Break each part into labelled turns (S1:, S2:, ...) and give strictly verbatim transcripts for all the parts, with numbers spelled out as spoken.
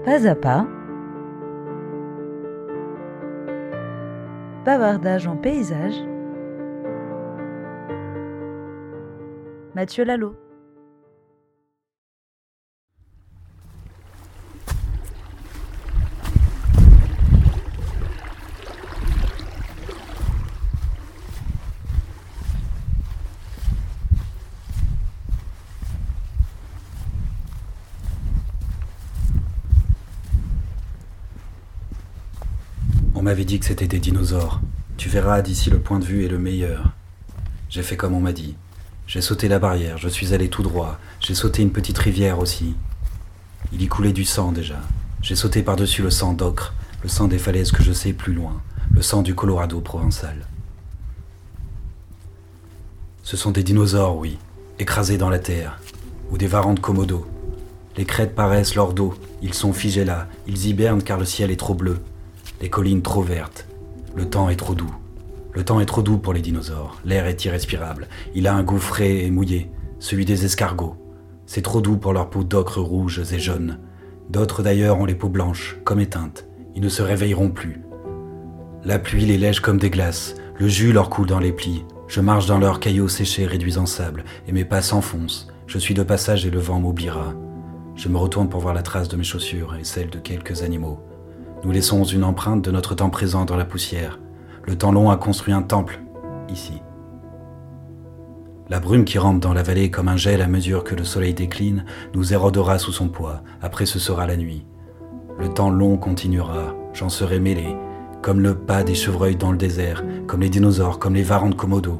S1: Pas à pas, bavardage en paysage, Mathieu Lalo.
S2: On m'avait dit que c'était des dinosaures. Tu verras, d'ici le point de vue est le meilleur. J'ai fait comme on m'a dit. J'ai sauté la barrière, je suis allé tout droit. J'ai sauté une petite rivière aussi. Il y coulait du sang déjà. J'ai sauté par-dessus le sang d'ocre, le sang des falaises que je sais plus loin, le sang du Colorado provençal. Ce sont des dinosaures, oui, écrasés dans la terre, ou des varans de Komodo. Les crêtes paraissent leur dos, ils sont figés là, ils hibernent car le ciel est trop bleu. Les collines trop vertes. Le temps est trop doux. Le temps est trop doux pour les dinosaures. L'air est irrespirable. Il a un goût frais et mouillé, celui des escargots. C'est trop doux pour leurs peaux d'ocre rouges et jaunes. D'autres d'ailleurs ont les peaux blanches, comme éteintes. Ils ne se réveilleront plus. La pluie les lèche comme des glaces. Le jus leur coule dans les plis. Je marche dans leurs caillots séchés réduits en sable, et mes pas s'enfoncent. Je suis de passage et le vent m'oubliera. Je me retourne pour voir la trace de mes chaussures et celle de quelques animaux. Nous laissons une empreinte de notre temps présent dans la poussière. Le temps long a construit un temple, ici. La brume qui rampe dans la vallée comme un gel à mesure que le soleil décline nous érodera sous son poids. Après ce sera la nuit. Le temps long continuera, j'en serai mêlé, comme le pas des chevreuils dans le désert, comme les dinosaures, comme les varans de Komodo.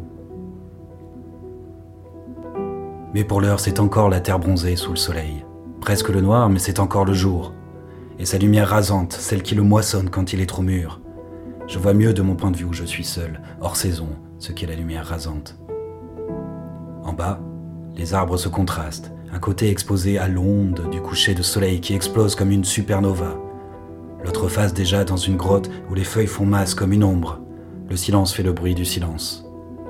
S2: Mais pour l'heure, c'est encore la terre bronzée sous le soleil. Presque le noir, mais c'est encore le jour. Et sa lumière rasante, celle qui le moissonne quand il est trop mûr. Je vois mieux de mon point de vue où je suis seul, hors saison, ce qu'est la lumière rasante. En bas, les arbres se contrastent, un côté exposé à l'onde du coucher de soleil qui explose comme une supernova. L'autre face déjà dans une grotte où les feuilles font masse comme une ombre. Le silence fait le bruit du silence.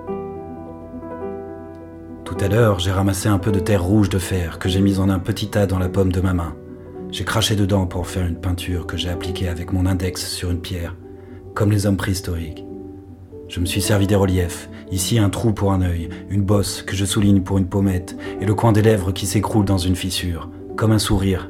S2: Tout à l'heure, j'ai ramassé un peu de terre rouge de fer que j'ai mise en un petit tas dans la paume de ma main. J'ai craché dedans pour faire une peinture que j'ai appliquée avec mon index sur une pierre, comme les hommes préhistoriques. Je me suis servi des reliefs, ici un trou pour un œil, une bosse que je souligne pour une pommette, et le coin des lèvres qui s'écroule dans une fissure, comme un sourire.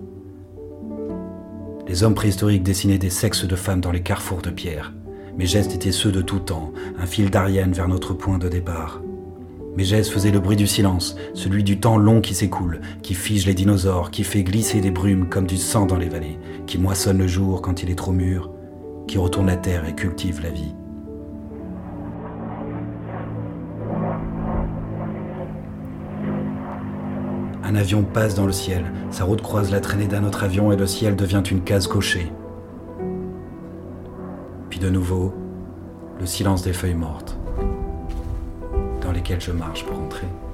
S2: Les hommes préhistoriques dessinaient des sexes de femmes dans les carrefours de pierre. Mes gestes étaient ceux de tout temps, un fil d'Ariane vers notre point de départ. Mes gestes faisaient le bruit du silence, celui du temps long qui s'écoule, qui fige les dinosaures, qui fait glisser des brumes comme du sang dans les vallées, qui moissonne le jour quand il est trop mûr, qui retourne la terre et cultive la vie. Un avion passe dans le ciel, sa route croise la traînée d'un autre avion et le ciel devient une case cochée. Puis de nouveau, le silence des feuilles mortes, dans lesquelles je marche pour entrer.